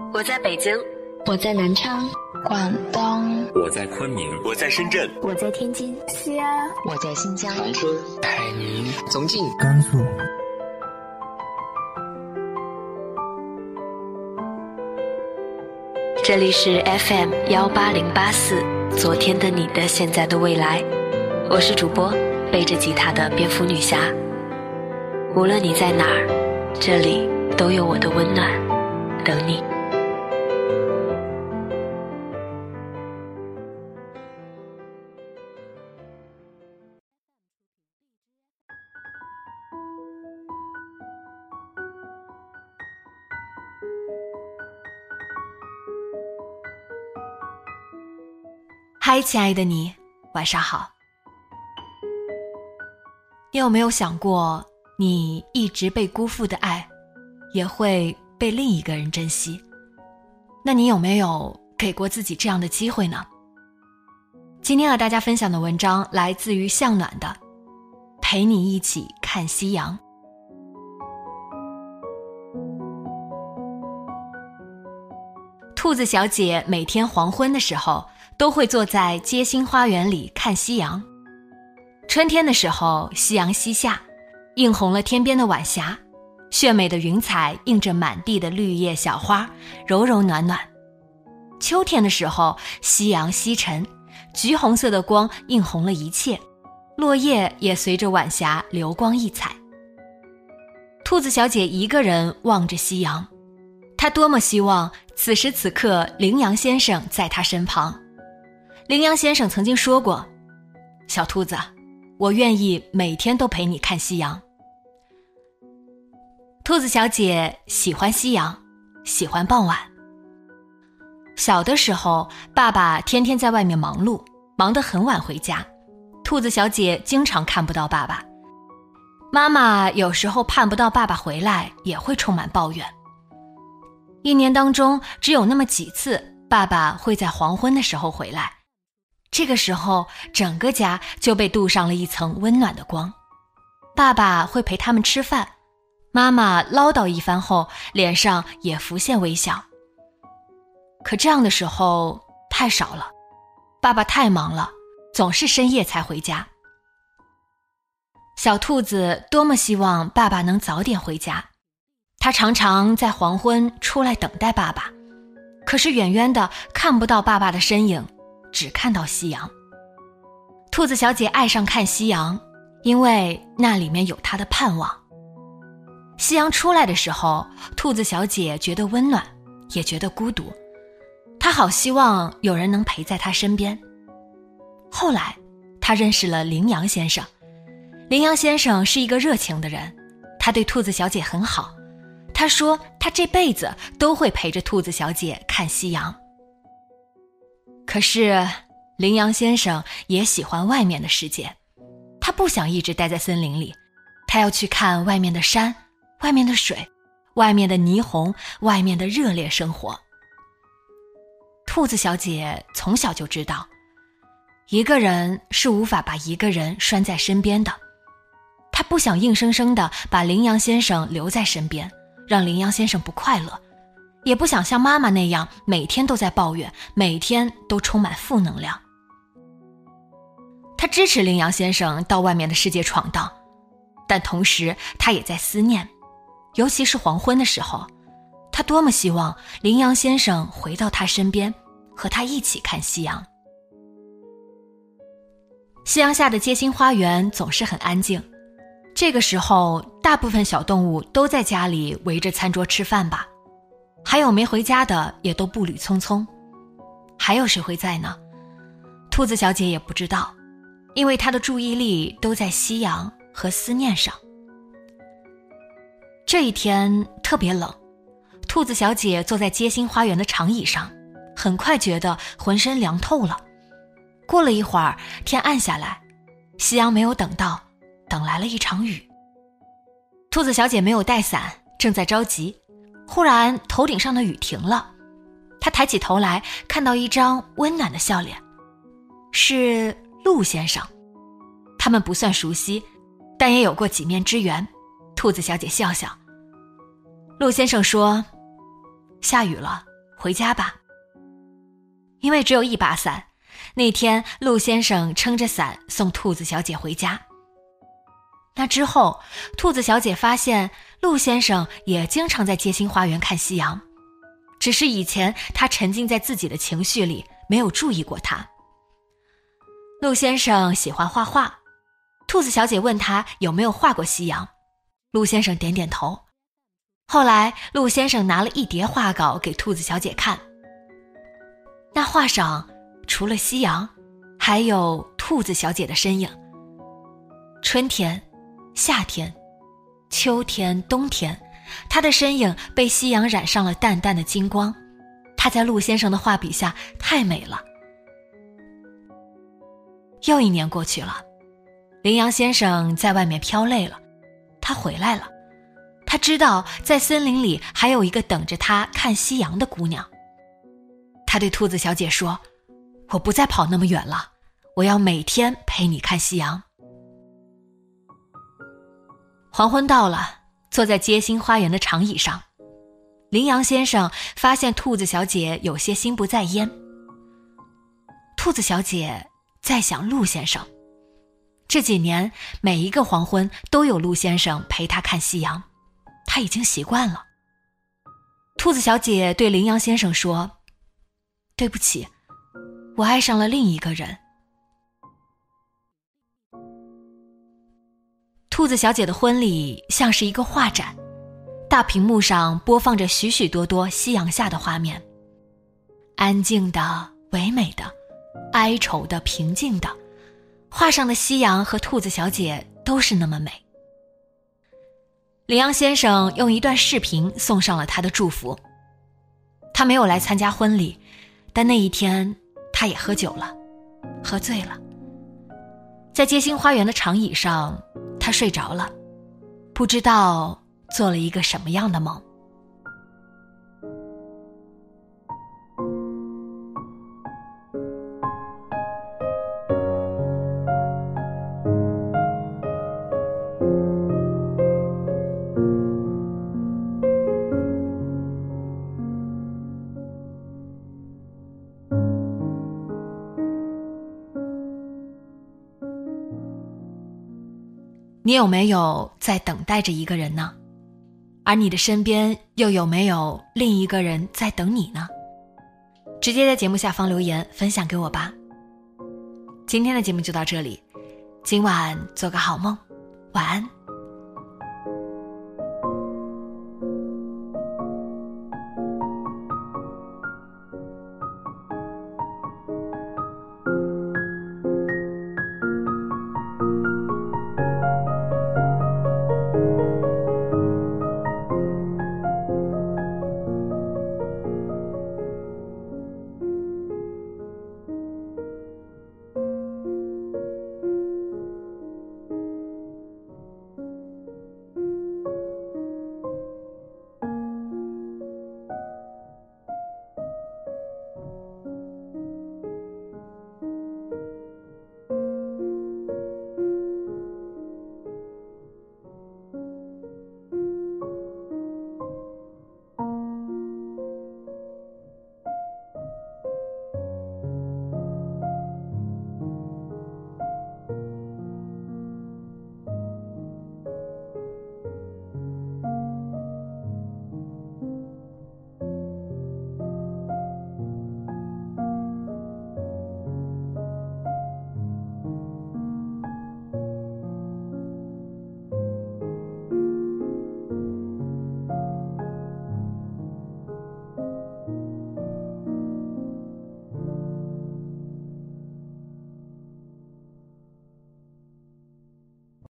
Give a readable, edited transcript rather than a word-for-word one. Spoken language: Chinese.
我在北京， 我在南昌， 广东， 我在昆明， 我在深圳， 我在天津， 西安， 我在新疆， 长春， 海宁， 重庆， 甘肃。 这里是 FM18084，昨天的你的现在的未来，我是主播背着吉他的蝙蝠女侠。无论你在哪儿，这里都有我的温暖等你。嗨，亲爱的你，晚上好。你有没有想过，你一直被辜负的爱，也会被另一个人珍惜？那你有没有给过自己这样的机会呢？今天和大家分享的文章来自于向暖的《陪你一起看夕阳》。兔子小姐每天黄昏的时候都会坐在街心花园里看夕阳。春天的时候，夕阳西下，映红了天边的晚霞，炫美的云彩映着满地的绿叶小花，柔柔暖暖。秋天的时候，夕阳西沉，橘红色的光映红了一切，落叶也随着晚霞流光溢彩。兔子小姐一个人望着夕阳，她多么希望此时此刻羚羊先生在她身旁。羚羊先生曾经说过，小兔子，我愿意每天都陪你看夕阳。兔子小姐喜欢夕阳，喜欢傍晚。小的时候，爸爸天天在外面忙碌，忙得很晚回家，兔子小姐经常看不到爸爸。妈妈有时候盼不到爸爸回来，也会充满抱怨。一年当中只有那么几次，爸爸会在黄昏的时候回来，这个时候整个家就被镀上了一层温暖的光。爸爸会陪他们吃饭，妈妈唠叨一番后，脸上也浮现微笑。可这样的时候太少了，爸爸太忙了，总是深夜才回家。小兔子多么希望爸爸能早点回家，他常常在黄昏出来等待爸爸，可是远远的看不到爸爸的身影，只看到夕阳。兔子小姐爱上看夕阳，因为那里面有她的盼望。夕阳出来的时候，兔子小姐觉得温暖，也觉得孤独，她好希望有人能陪在她身边。后来她认识了羚羊先生，羚羊先生是一个热情的人，他对兔子小姐很好，他说他这辈子都会陪着兔子小姐看夕阳。可是羚羊先生也喜欢外面的世界，他不想一直待在森林里，他要去看外面的山，外面的水，外面的霓虹，外面的热烈生活。兔子小姐从小就知道，一个人是无法把一个人拴在身边的，她不想硬生生地把羚羊先生留在身边，让羚羊先生不快乐，也不想像妈妈那样每天都在抱怨，每天都充满负能量。他支持羚羊先生到外面的世界闯荡，但同时他也在思念，尤其是黄昏的时候，他多么希望羚羊先生回到他身边，和他一起看夕阳。夕阳下的街心花园总是很安静，这个时候大部分小动物都在家里围着餐桌吃饭吧，还有没回家的也都步履匆匆。还有谁会在呢？兔子小姐也不知道，因为她的注意力都在夕阳和思念上。这一天特别冷，兔子小姐坐在街心花园的长椅上，很快觉得浑身凉透了。过了一会儿，天暗下来，夕阳没有等到，等来了一场雨。兔子小姐没有带伞，正在着急，忽然头顶上的雨停了，她抬起头来，看到一张温暖的笑脸，是鹿先生。他们不算熟悉，但也有过几面之缘。兔子小姐笑笑。鹿先生说，下雨了， 回家吧。因为只有一把伞，那天陆先生撑着伞送兔子小姐回家。那之后，兔子小姐发现陆先生也经常在街心花园看夕阳，只是以前他沉浸在自己的情绪里，没有注意过他。陆先生喜欢画画，兔子小姐问他有没有画过夕阳，陆先生点点头。后来陆先生拿了一叠画稿给兔子小姐看，那画上除了夕阳，还有兔子小姐的身影。春天、夏天、秋天、冬天，她的身影被夕阳染上了淡淡的金光，她在陆先生的画笔下太美了。又一年过去了，羚羊先生在外面飘累了，他回来了。他知道在森林里还有一个等着他看夕阳的姑娘。他对兔子小姐说，我不再跑那么远了，我要每天陪你看夕阳。黄昏到了，坐在街心花园的长椅上，羚羊先生发现兔子小姐有些心不在焉。兔子小姐在想陆先生，这几年每一个黄昏都有陆先生陪她看夕阳，她已经习惯了。兔子小姐对羚羊先生说，对不起，我爱上了另一个人。兔子小姐的婚礼像是一个画展，大屏幕上播放着许许多多夕阳下的画面，安静的、唯美的、哀愁的、平静的，画上的夕阳和兔子小姐都是那么美。羚羊先生用一段视频送上了他的祝福。他没有来参加婚礼，但那一天他也喝酒了，喝醉了。在街心花园的长椅上，他睡着了，不知道做了一个什么样的梦。你有没有在等待着一个人呢？而你的身边又有没有另一个人在等你呢？直接在节目下方留言分享给我吧。今天的节目就到这里，今晚做个好梦，晚安。